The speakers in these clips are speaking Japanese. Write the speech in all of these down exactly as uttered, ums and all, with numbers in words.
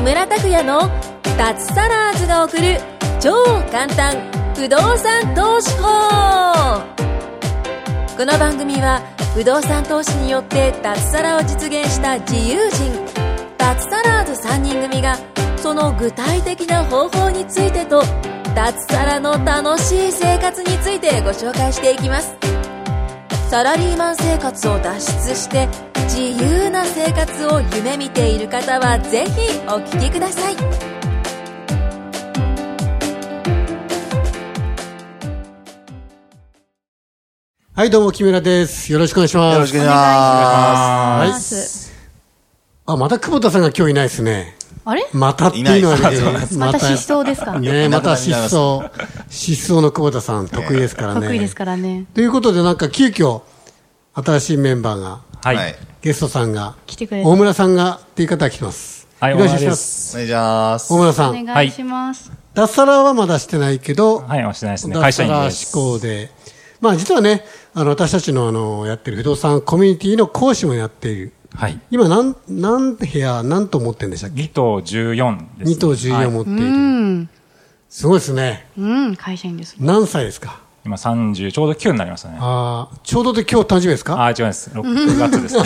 村拓哉の脱サラーズが送る超簡単不動産投資法。この番組は不動産投資によって脱サラを実現した自由人脱サラーズさんにん組がその具体的な方法についてと脱サラの楽しい生活についてご紹介していきます。サラリーマン生活を脱出して自由な生活を夢見ている方はぜひお聞きください。 はい、どうも木村です。よろしくお願いします。 よろしくお願いします。 はい。あ、また久保田さんが今日いないですね。 あれまたっていうのはね、 また失踪ですかね。また失踪。失踪の久保田さん、得意ですからね。 得意ですからね。 ということで、なんか急遽、新しいメンバーが、 はい。 ゲストさんが、 来てくれ大村さんが、っていう方が来てます。 はい、お願いします。 お願いします。 大村さん。 お願いします。 脱サラはまだしてないけど、 はい、はしてないですね。 脱サラ志向で。まあ実はね、あの、私たちのあの、やってる不動産コミュニティの講師もやっている。 はい。 今、なん、何部屋、何棟持ってるんでしたっけ？ に棟じゅうよんです、ね。 に棟じゅうよん持っている。はい、うん。すごいですね。 うん、会社員です。 何歳ですか？ 今さんじゅう、ちょうどきゅうになりましたね。 ああ、ちょうどで今日誕生日ですか？ ああ、違います。ろくがつですね。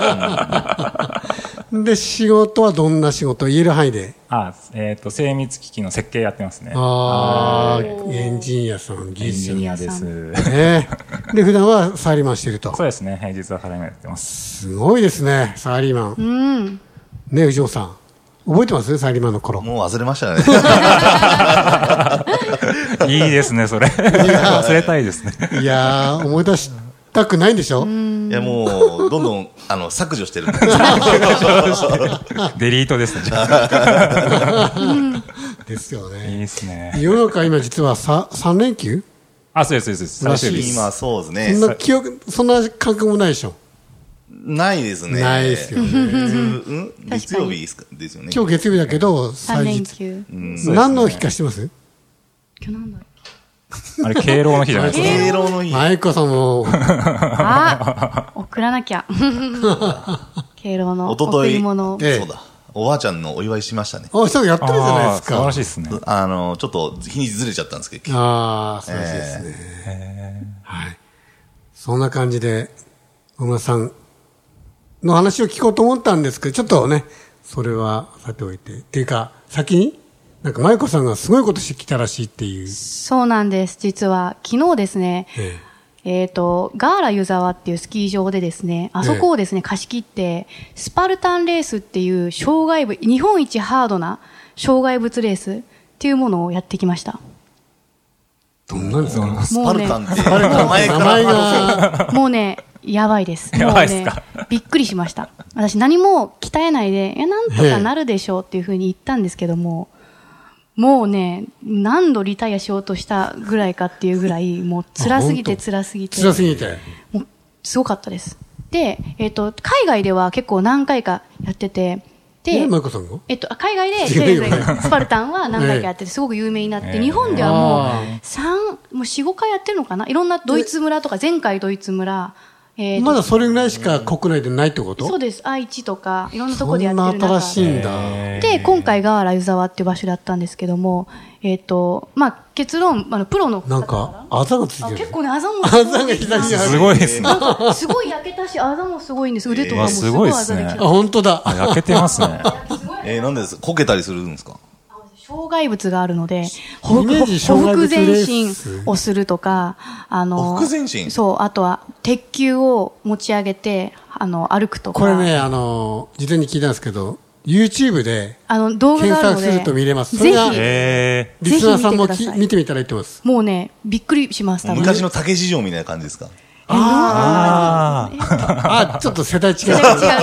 で、仕事はどんな仕事？言える範囲で。 あ、えっ、ー、と、精密機器の設計やってますね。 ああ、エンジニアさん、技術エンジニアです。 ね。で、普段はサラリーマンしてると。 そうですね。平日はサラリーマンやってます。 すごいですね、サラリーマン。 うん。 ね、藤本さん。覚えてますサラリーマンの頃。 もう忘れましたね。いいですね、それ。忘れたいですね。 いやー、思い出したくないんでしょ？ いや、もう、どんどん、あの、削除してる。 デリートですね。 ですよね。 いいですね。 世の中今実はささん連休？ あ、そうです、そうです。 らしい。 今、そうですね。 そんな記憶、そんな感覚もないでしょ？ ないですね。 ないですよね。 うん月曜日ですよね。 今日月曜日だけど、 さん連休。 何の日か知ってます？ 今日なんだあれ、敬老の日じゃないですか。 敬老の日。 舞子さんも。 あ、送らなきゃ。敬老の贈り物。 そうだ。おばあちゃんのお祝いしましたね。 あ、そうやってるじゃないですか。 素晴らしいですね。 あの、ちょっと日にちずれちゃったんですけど。 ああ、素晴らしいですね。はい。そんな感じで、小村さんの話を聞こうと思ったんですけど、ちょっとね、それはさておいて。っていうか、先になんか、舞子さんがすごいことしてきたらしいっていう。 そうなんです。実は、昨日ですね、えええー、と、ガーラ湯沢っていうスキー場でですね、あそこをですね、貸し切って、スパルタンレースっていう障害物、日本一ハードな障害物レースっていうものをやってきました。 どんなんですか？ スパルタンって、 名前が。 もうね、やばいです。 やばいですか？ もうね、びっくりしました。私何も鍛えないで、いや、なんとかなるでしょうっていうふうに言ったんですけども、もうね、何度リタイアしようとしたぐらいかっていうぐらい、もう辛すぎて辛すぎて。 辛すぎて。 もう、すごかったです。で、えっと、海外では結構何回かやってて、で、 え、舞子さんが？ えっと、海外で、スパルタンは何回かやってて、すごく有名になって、日本ではもう、三、もう四、五回やってるのかな？いろんなドイツ村とか、前回ドイツ村、 えー、まだそれぐらいしか国内でないってこと？ そうです。愛知とか、いろんなところでやってる中で。 そんな新しいんだ。 で、今回がラ湯沢っていう場所だったんですけども、えっ、ー、と、まあ、結論、あの、プロの。 なんか、あざがついてる。 結構ね、あざもすごい。 あざが左にある。 すごいですね。 すごい焼けたし、あざもすごいんです。腕とかもすごいあざできてあ、本当だ。 あ、焼けてますね。 えー、なんでですこけたりするんですか？ 障害物があるので、ほふ前進をするとか、あの、 ほふ前進？ そう、あとは、鉄球を持ち上げて、あの、歩くとか。 これね、あの、事前に聞いたんですけど、YouTube で、 あの、動画があるので、 検索すると見れます。 ぜひ、 えー、リスナーさんもき見てみたら言ってます。 もうね、びっくりします。 昔の竹事情みたいな感じですか？ ああ、ちょっと世代違う。世代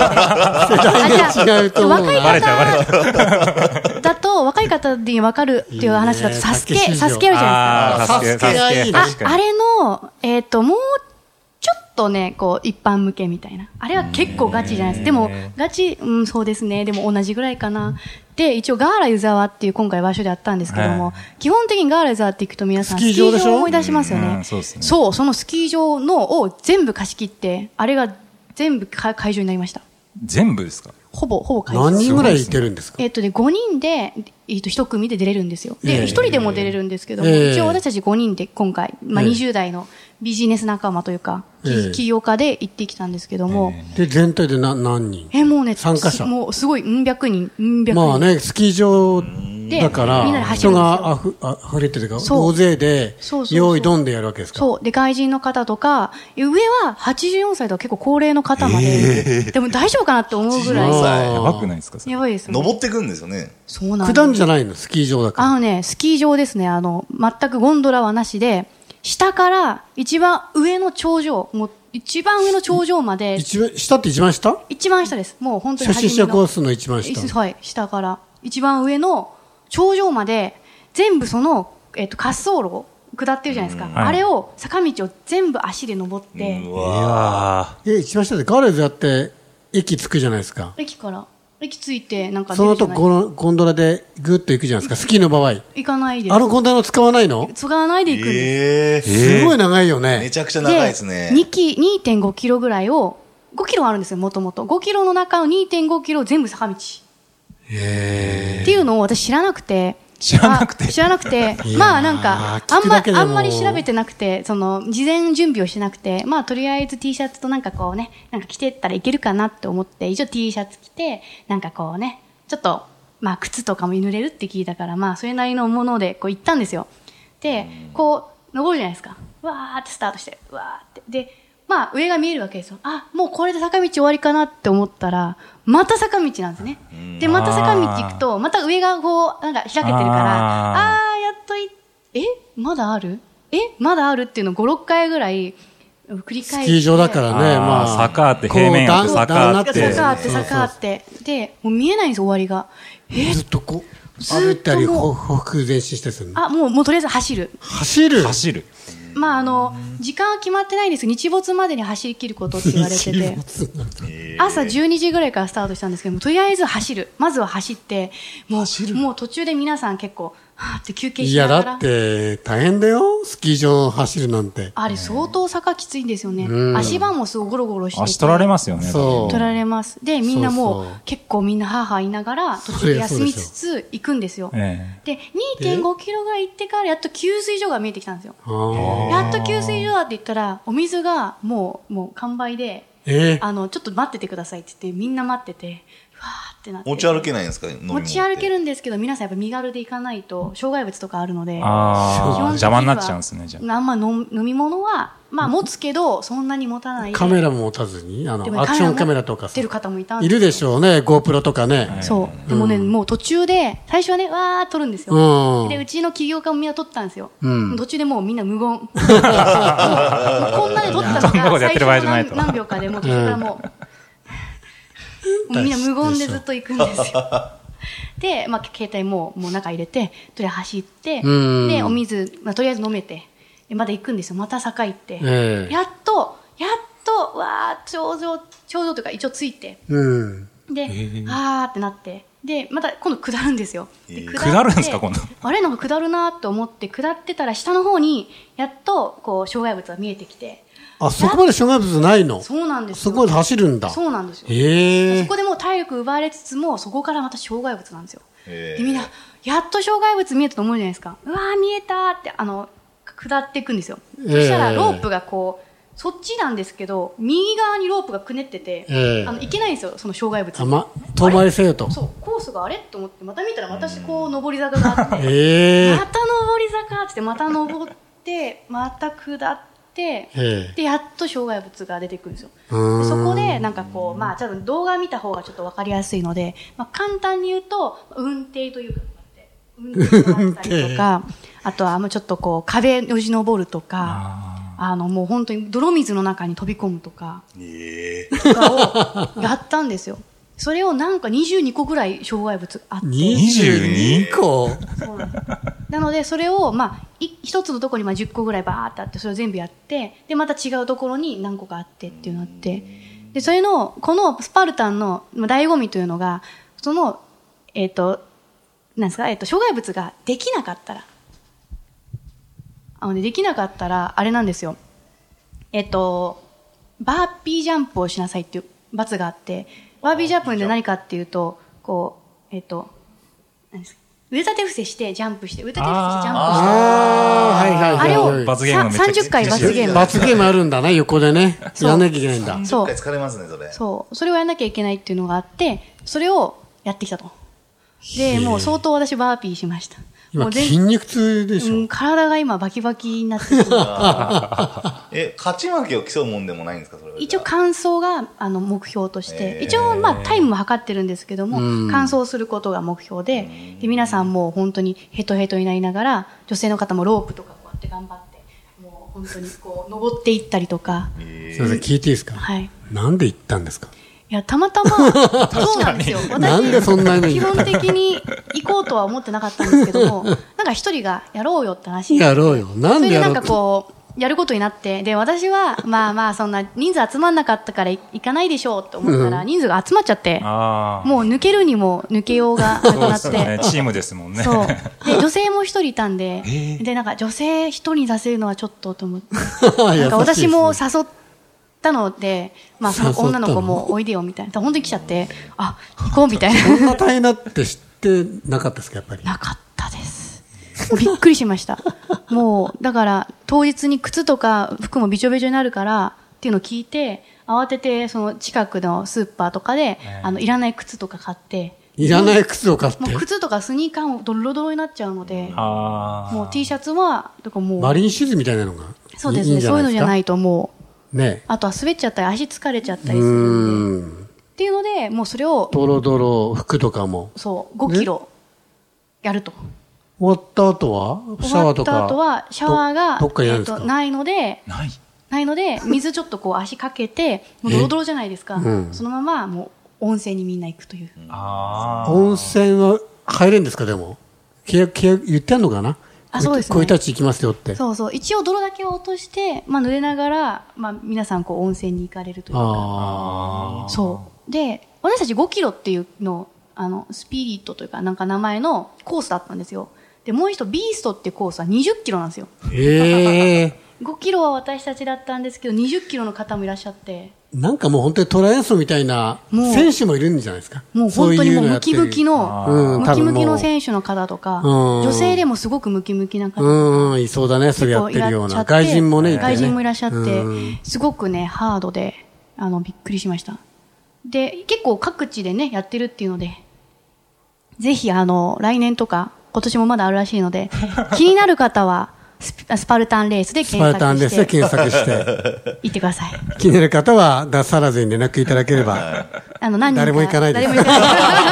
が違うと思う。 若い方だと、若い方に分かるっていう話だと、サスケ、サスケあるじゃないですか。 サスケがいい。 あ、あれの、えっと、もう、ちょっとね、こう、一般向けみたいな。あれは結構ガチじゃないですか。でも、ガチ、うん、そうですね。でも同じぐらいかな。で、一応、ガーラ湯沢っていう今回場所であったんですけども、基本的にガーラ湯沢って行くと皆さん、スキー場を思い出しますよね。 そうですね。 そう、そのスキー場のを全部貸し切って、あれが全部会場になりました。 全部ですか？ ほぼ、ほぼ解消。 何人ぐらい出るんですか？ えっとね、ごにんで、えっと、一組で出れるんですよ。で、 ええ一人でも出れるんですけども、 ええ一応私たちごにんで今回、まあ、 ええにじゅう代のビジネス仲間というか、 ええ起業家で行ってきたんですけども、 で、全体でな何人？ え、もうね、 参加者すもうすごい、うん百人、うん百人。 まあね、スキー場だかでみんなでら、 走るんですよ人があふあ溢れてるか、 そう大勢でそうそうそう、 用意どんでやるわけですか？ そう。で、外人の方とか、上ははちじゅうよんさいとか結構高齢の方まで、でも大丈夫かなって思うぐらい、 はちじゅうよんさいやばくないですかそれやばいですよね。 登ってくんですよね。 そうなんです。 九段じゃないの、スキー場だから。 あのね、スキー場ですね。あの、全くゴンドラはなしで、下から一番上の頂上、もう一番上の頂上まで、 一番、下って一番下？ 一番下です。もう本当に初心者コースの一番下。 はい、下から。一番上の頂上まで、全部その、えっと、滑走路、下ってるじゃないですか。 はいあれを、坂道を全部足で登って、 ういわやえ、一番下でガーレーズやって、駅着くじゃないですか。 駅から、駅着いて、なんかその後出るじゃないですか、 ゴゴンドラでぐっと行くじゃないですか、スキーの場合。 行かないです。 あのゴンドラを使わないの？ 使わないで行くんです。 ええすごい長いよね。 めちゃくちゃ長いですね。 にキロ、にてんごキロぐらいを、ごキロあるんですよ、もともと。ごキロの中の にてんごキロ全部坂道。 へっていうのを私知らなくて。 知らなくてあ知らなくていやー。 まあなんか、あんま、 聞くだけでもあんまり調べてなくて、その、事前準備をしてなくて、まあとりあえず T シャツとなんかこうね、なんか着てったらいけるかなって思って、一応 T シャツ着て、なんかこうね、ちょっと、まあ靴とかも濡れるって聞いたから、まあそれなりのものでこう行ったんですよ。で、こう、登るじゃないですか。わーってスタートして、わーって。で、まあ上が見えるわけですよ。あ、もうこれで坂道終わりかなって思ったら、また坂道なんですね。で、また坂道行くと、また上がこう、なんか開けてるから、あー、やっとい、えまだあるえまだあるっていうのをご、ろっかいぐらい繰り返して。 スキー場だからね、まあ。 坂あって平面あってこう段坂あって段坂あってそうそう坂あって。で、もう見えないんですよ、終わりが。えずっとこう、 ずっともう歩いたり、ほほふ前進してするの。 あ、もう、もうとりあえず走る。 走る走る。 まあ、あの、時間は決まってないんです。日没までに走り切ることって言われてて。朝じゅうにじぐらいからスタートしたんですけども、とりあえず走る。まずは走って、もう、もう途中で皆さん結構、はーって休憩いや、 しながら。 だって、大変だよ。スキー場走るなんて。 あれ相当坂きついんですよね。 うん足場もすごいゴロゴロしてて。 足取られますよね。 そう。 取られます。で、みんなもうそうそう結構みんなハーハー言いながら途中で休みつつ行くんですよ。 えで、にてんごキロぐらい行ってからやっと給水所が見えてきたんですよ。 あーやっと給水所だって言ったら、お水がもう、もう完売で、 えーあの、ちょっと待っててくださいって言って、みんな待ってて、ふわーってなって。 持ち歩けないんですか？飲み物って持ち歩けるんですけど、皆さんやっぱ身軽で行かないと、障害物とかあるので、 ああ、 基本的には邪魔になっちゃうんですね、じゃあ。 あんま飲飲み物は、まあ持つけど、そんなに持たないで。 カメラも持たずに、あでもの、アクションカメラとかさ持ってる方もいたんいるでしょうね、GoPro とかね。 そう。でもね、もう途中で、最初はね、わー撮るんですよ。 うんで、うちの起業家もみんな撮ったんですよ。 うん途中でもうみんな無言。もうもうこんなで撮ったのそんなことが、 やってる場合じゃないと最初の何何秒かでもう途中からもう、もうみんな無言でずっと行くんですよ。で、まあ、携帯ももう中入れて、とりあえず走って、 うんで、お水、まあ、とりあえず飲めて、でまた行くんですよ。また坂行って。 ええやっと、やっと、わー、頂上、頂上というか一応ついて、 うん。 で、あーってなって、で、また今度下るんですよ。でえーって下るんですか今度あれなんか下るなと思って、下ってたら下の方に、やっと、こう、障害物が見えてきて。 あ、そこまで障害物ないの？ そうなんですよ。 そこまで走るんだ。 そうなんですよ。 へえそこでもう体力奪われつつも、そこからまた障害物なんですよ。 へーで、みんな、やっと障害物見えたと思うじゃないですか。うわー、見えたーって、あの、下っていくんですよ。 えーそしたら、ロープがこう、そっちなんですけど、右側にロープがくねってて、 えーあの、いけないんですよ、その障害物。 あ、ま、遠回りせよと。 そう、コースがあれと思って、また見たら私こう、上り坂があって、 ええまた上り坂ってって、また登って、また下って、 ええで、やっと障害物が出てくるんですよ。 うーんでそこで、なんかこう、まあ、多分動画見た方がちょっとわかりやすいので、まあ、簡単に言うと、運転というか、運転があったりとか、あとはもうちょっとこう、壁よじ登るとか、あの、もう本当に泥水の中に飛び込むとか、 ええとかをやったんですよ。それをなんかにじゅうにこぐらい障害物あって。 にじゅうにこそうなんですなので、それを、まあ、い一つのところにまあじゅっこぐらいバーってあって、それを全部やって、で、また違うところに何個かあってっていうのがあって、で、それの、このスパルタンのまあ醍醐味というのが、その、えっ、と、なんですか、えっ、と、障害物ができなかったら、あのね、できなかったら、あれなんですよ。えっ、と、バーピージャンプをしなさいっていう罰があって、 バービージャンプで何かっていうと、こう、えっと、何ですか、腕立て伏せしてジャンプして、腕立て伏せしてジャンプして。 ああ、はいはいはい、はい。 あれを罰ゲームめっちゃさんじゅっかい罰ゲーム。 罰ゲームあるんだね、横でね。やんなきゃいけないんだ。 そう。 一回疲れますね、それ。 そう。それをやんなきゃいけないっていうのがあって、それをやってきたと。で、もう相当私バーピーしました。も今う全筋肉痛でしょ、 うん、体が今バキバキになってきてえ、勝ち負けを競うもんでもないんですか、それは。 一応完走があの目標として、 えー一応まあタイムも測ってるんですけども、完走することが目標で、で皆さんもう本当にヘトヘトになりながら、女性の方もロープとかこうやって頑張って、もう本当にこう登っていったりとか。 えすいません、聞いていいですか？ はい。 なんで行ったんですか？ いや、たまたま、そうなんですよ。私、 なんでそんなに基本的に行こうとは思ってなかったんですけども、なんか一人がやろうよって話になって。 やろうよ。なんでやろうって。 それでなんかこう、やることになって、で、私は、まあまあ、そんな人数集まんなかったから行かないでしょうって思ったら、人数が集まっちゃって、 あもう抜けるにも抜けようがなくそうなって。 ですね。チームですもんね。 そう。で、女性も一人いたんで、で、なんか女性一人に出せるのはちょっとと思って。なんか私も誘ったので、まあその女の子もおいでよみたいな。本当に来ちゃって、あ、行こうみたいな。 そんな大変だって知ってなかったですか、やっぱり。 なかったです。びっくりしました。もう、だから当日に靴とか服もびちょびちょになるからっていうのを聞いて、慌ててその近くのスーパーとかで、あの、いらない靴とか買って、 いらない靴を買って。 もう靴とかスニーカーもドロドロになっちゃうので、 あもう T シャツは、とかもう、 マリンシューズみたいなのが。 そうですね、そういうのじゃないともう。ね。 う、あとは滑っちゃったり足疲れちゃったりするんで、 ん。 っていうので、もうそれを、 ドロドロ服とかも。 そう、ごキロやると。 終わった後はシャワーとか。 終わった後は、シャワーが、 どどっかにあるんえっと、 ですか？ ないので、 ない。 ないので、水ちょっとこう足かけて、もうドロドロじゃないですか。 うんそのままもう温泉にみんな行くという。 ああ。 温泉は入れるんですか、でも。契約、契約言ってあるのかな？ あ、そうですね。 こういうタッチ行きますよって。 そうそう。一応泥だけを落として、まあ濡れながら、まあ皆さんこう温泉に行かれるというか。 ああ。 そう。で、私たちごキロっていうの、あの、スピリットというかなんか名前のコースだったんですよ。で、もう一度ビーストっていうコースはにじゅっキロなんですよ。 ええごキロは私たちだったんですけど、にじゅっキロの方もいらっしゃって。 なんかもう本当にトライアスロンみたいなもう選手もいるんじゃないですか。 もう本当にもうムキそういうのやってるムキの、 うんムキムキの選手の方とか、 うん女性でもすごくムキムキな方とか、 うん、いそうだね、それやってるような。外人もね、いてね。 外人もいらっしゃってうん、 すごくね、ハードで、あの、びっくりしました。で、結構各地でね、やってるっていうので、ぜひあの、来年とか、今年もまだあるらしいので、気になる方は、スピスパルタンレースでスパルタンレースで検索して、 検索して。 行ってください。 気になる方は、脱サラずに連絡いただければ。 あの、何人か誰も行かないです誰も行か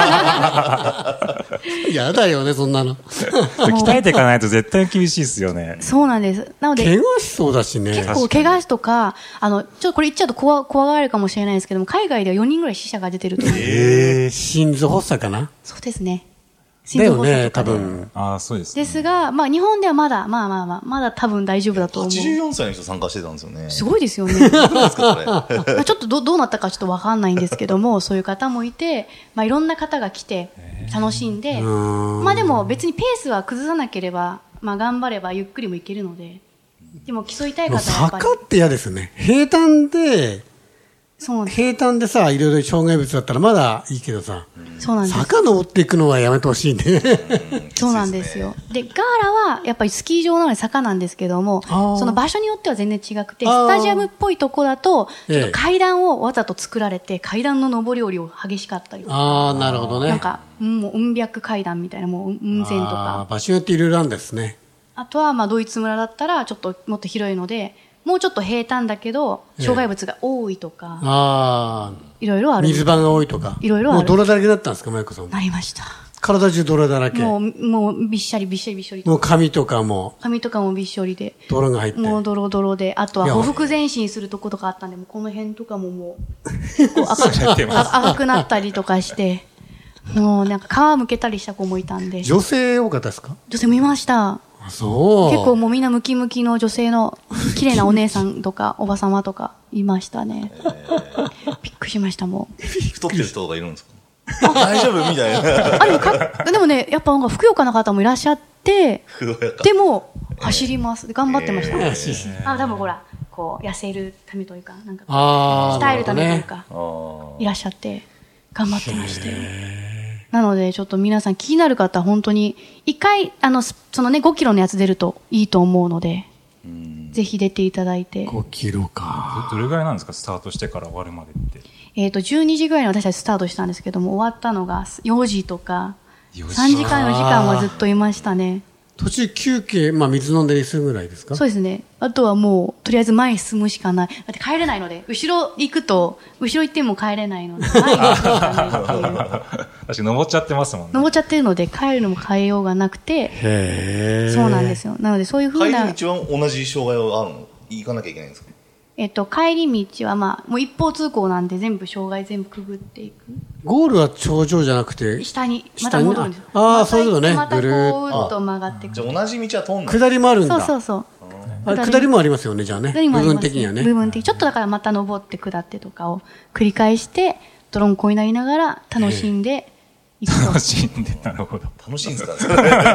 ない。 やだよね、そんなの。 鍛えていかないと絶対厳しいですよね。 そうなんです。なので、 怪我しそうだしね。 結構怪我とか、あの、ちょっとこれ言っちゃうと怖怖がられるかもしれないですけども、海外ではよにんぐらい死者が出てるという。 ええ、心臓発作かな？ そうですね。 だよね、多心臓発作とかで分。 ああ、そうですね。 ですが、まあ日本ではまだ、まあまあまあ、まだ多分大丈夫だと思う。 はちじゅうよんさいの人参加してたんですよね。 すごいですよね。 どうですか、それ。 まあちょっとどどうなったかちょっとわかんないんですけども、そういう方もいて、まあいろんな方が来て楽しんで、まあでも別にペースは崩さなければ、まあ頑張ればゆっくりもいけるので、でも競いたい方はやっぱり。 坂って嫌ですね。平坦で、 そうなんです。 平坦でさ、いろいろ障害物だったらまだいいけどさ、 そうなんです。 坂登っていくのはやめてほしいね。 そうなんですよ。で、ガーラはやっぱりスキー場なので坂なんですけども、 あーその場所によっては全然違くて、 あースタジアムっぽいとこだと、ちょっええと階段をわざと作られて、階段の上り下りを激しかったりとか、 ああ、なるほどね。 なんか、うんもう雲白階段みたいな、もう雲仙とあかー。場所によっていろいろあるんですね。 あとは、まあ、ドイツ村だったら、ちょっともっと広いので、もうちょっと平坦だけど、 ええ障害物が多いとか、 ああ、 いろいろある。 水場が多いとか。 いろいろあるもう泥だらけだったんですか、マイコさんも。 なりました。 体中泥だらけ。 ももう、もう、びっしゃりびっしゃりびっしゃり。 う髪とかも髪とかもびっしょりで。 泥が入って。 もうドロドロで、あとはいやほふく前進するとことかあったんで、もうこの辺とかももう、結構赤くれてます赤くなったりとかして、もうなんか皮むけたりした子もいたんで、 女性多かったですか？ 女性もいました。 あ、そう。 結構もうみんなムキムキの女性の綺麗なお姉さんとかおばさまとかいましたね。びっくりしました、もう。 太ってる人がいるんですか？大丈夫みたいな。 あ、でもか、でもね、やっぱなんかふくよかな方もいらっしゃって、 ふわやか。 でも、走ります。頑張ってました。 えーあ、多分ほら、こう、痩せるためというか、なんか、 ああ、 鍛えるためというなるか、 あいらっしゃって、 頑張ってましたよ。なので、ちょっと皆さん気になる方は本当に、一回、あの、そのね、ごキロのやつ出るといいと思うので、ぜひ出ていただいて。 ごキロか。 どれぐらいなんですか、スタートしてから終わるまでって。 えっと、じゅうにじぐらいに私たちスタートしたんですけども、終わったのがよじとか、さんじかんよじかんはずっといましたね。 途中休憩、まあ水飲んだりするぐらいですか？ そうですね。あとはもう、とりあえず前に進むしかない。だって帰れないので、後ろ行くと、後ろ行っても帰れないので、前に行くしかないっていう。 確かに登っちゃってますもんね。 登っちゃってるので、帰るのも変えようがなくて、 へー。 そうなんですよ。なので、そういう風な。 帰り道は同じ障害はあるの？行かなきゃいけないんですか？ えっと、帰り道はまあ、もう一方通行なんで全部障害全部くぐっていく。 ゴールは頂上じゃなくて、 下に、また戻るんですよ。 ああ、そういうことね。 またぐるこーっうと曲がっていく。 じゃあ同じ道は通んない。 下りもあるんだ。 そうそうそう。 あれ下りもありますよね、じゃあね。部分的にはね。 部分的。ちょっとだからまた登って下ってとかを繰り返して、泥んこになりながら楽しんでいくと。 楽しんで、なるほど。 楽しいんですかね。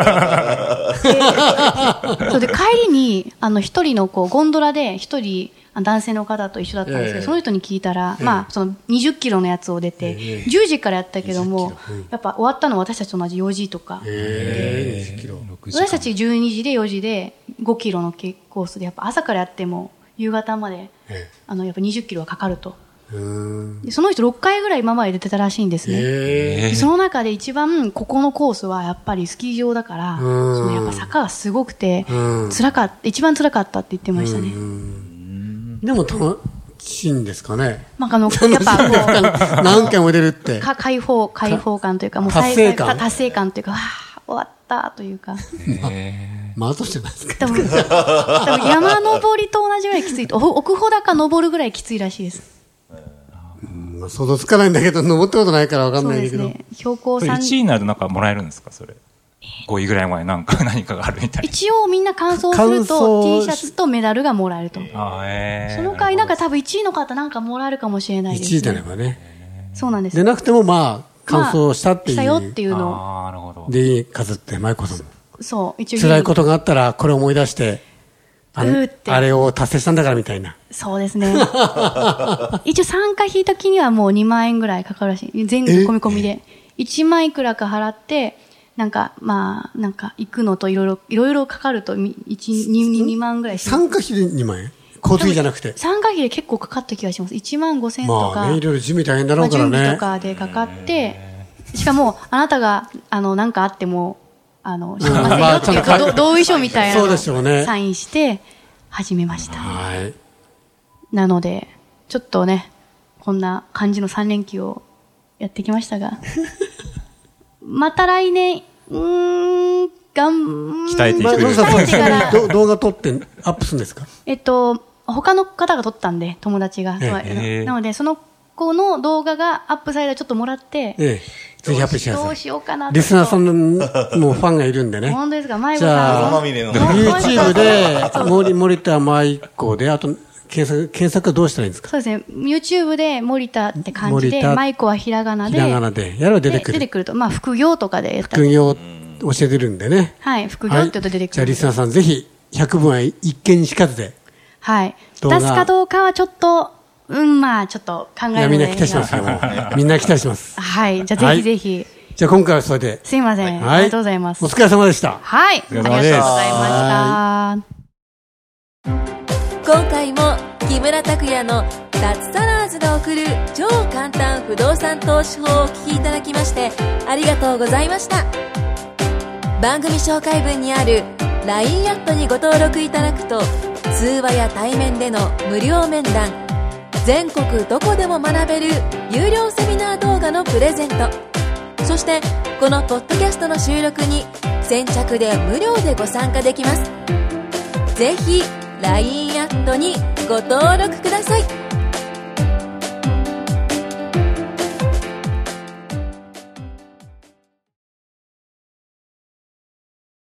そうで、帰りに、あの、一人のこう、ゴンドラで一人、男性の方と一緒だったんですけど、 ええ、 その人に聞いたら、ええ、まあ、そのにじゅっキロのやつを出て、ええ、じゅうじからやったけども、うん、やっぱ終わったのは私たちと同じよじとか。 ええ、にじゅっキロ。 私たちじゅうにじでよじでごキロのコースで、やっぱ朝からやっても夕方まで、ええ、あの、やっぱにじゅっキロはかかると。 うんでその人ろっかいぐらい今まで出てたらしいんですね。 えー、その中で一番ここのコースはやっぱりスキー場だから、そのやっぱ坂がすごくて、辛かった、一番辛かったって言ってましたね。 でも楽しいんですかね。 まあ、あの、やっぱこう、 何回も出るって。 か解放、解放感というか、もう達成感。 達成感というか、はぁ、終わったというか。 まあ、後じゃないですか。 多分、多分山登りと同じぐらいきついと、奥穂高登るぐらいきついらしいです。 うん、想像つかないんだけど、登ったことないからわかんないんだけど。そうですね。 標高さん。 いちいになるとなんかもらえるんですか、それ。ごいぐらい前なんか何かがあるみたいな。 一応みんな完走すると T シャツとメダルがもらえると。 あえー、 その代わりなんか多分いちいの方なんかもらえるかもしれないですね。 いちいであればね。 そうなんです。 でなくてもまあ、完走したっていう。 したよっていうのを。ああ、なるほど。 でいい数って、舞子さんも。 そう、一応。 辛いことがあったらこれを思い出して、あ, あれを達成したんだからみたいな。 そうですね。一応参加費時にはもうにまんえんぐらいかかるらしい。全部込み込みで。いちまんいくらか払って、なんか、まあ、なんか、行くのといろいろ、いろいろかかると、いち、に、にまんぐらいします。 参加費でにまんえん交通費じゃなくて。 参加費で結構かかった気がします。いちまんごせんとか。 まあね、いろいろ準備大変だろうからね。 準備とかでかかって、しかも、あなたが、あの、なんかあっても、あの、しませんよっていう、同意書みたいなのをサインして、始めました。 はい。 なので、ちょっとね、こんな感じのさん連休をやってきましたが、また来年、うーん、がん、 鍛えていく。 鍛えてから動画撮ってアップするんですか？ えっと、他の方が撮ったんで、友達が。 ええなので、その子の動画がアップされたらちょっともらって、 ええ、ぜひアップしてください。 どうしようかなと。 リスナーさんのもファンがいるんでね。 本当ですか？迷子さん。 じゃあ、 の YouTube で、森、森田舞子で、あと、検索、検索はどうしたらいいんですか？ そうですね。YouTube で森田って感じで、舞子はひらがなで。 ひらがなで。やれば出てくる。 出てくると。まあ、副業とかでやった副業教えてるんでね。 はい。副業って言うと出てくる、はい。 じゃあ、リスナーさんぜひ、ひゃくぶんは一見にしかずで。 はい。出すかどうかはちょっと、うん、まあ、ちょっと考えるので。いや、 みんな期待しますよ。みんな期待します。 はい。じゃあ、ぜひぜひ。 じゃあ、今回はそれで。 すいません。ありがとうございます。 お疲れ様でした。 はい。ありがとうございました。 今回も木村拓哉の脱サラーズが送る超簡単不動産投資法をお聞きいただきましてありがとうございました。番組紹介文にある ライン アットにご登録いただくと通話や対面での無料面談、全国どこでも学べる有料セミナー動画のプレゼント、そしてこのポッドキャストの収録に先着で無料でご参加できます。ぜひライン アットにご登録ください。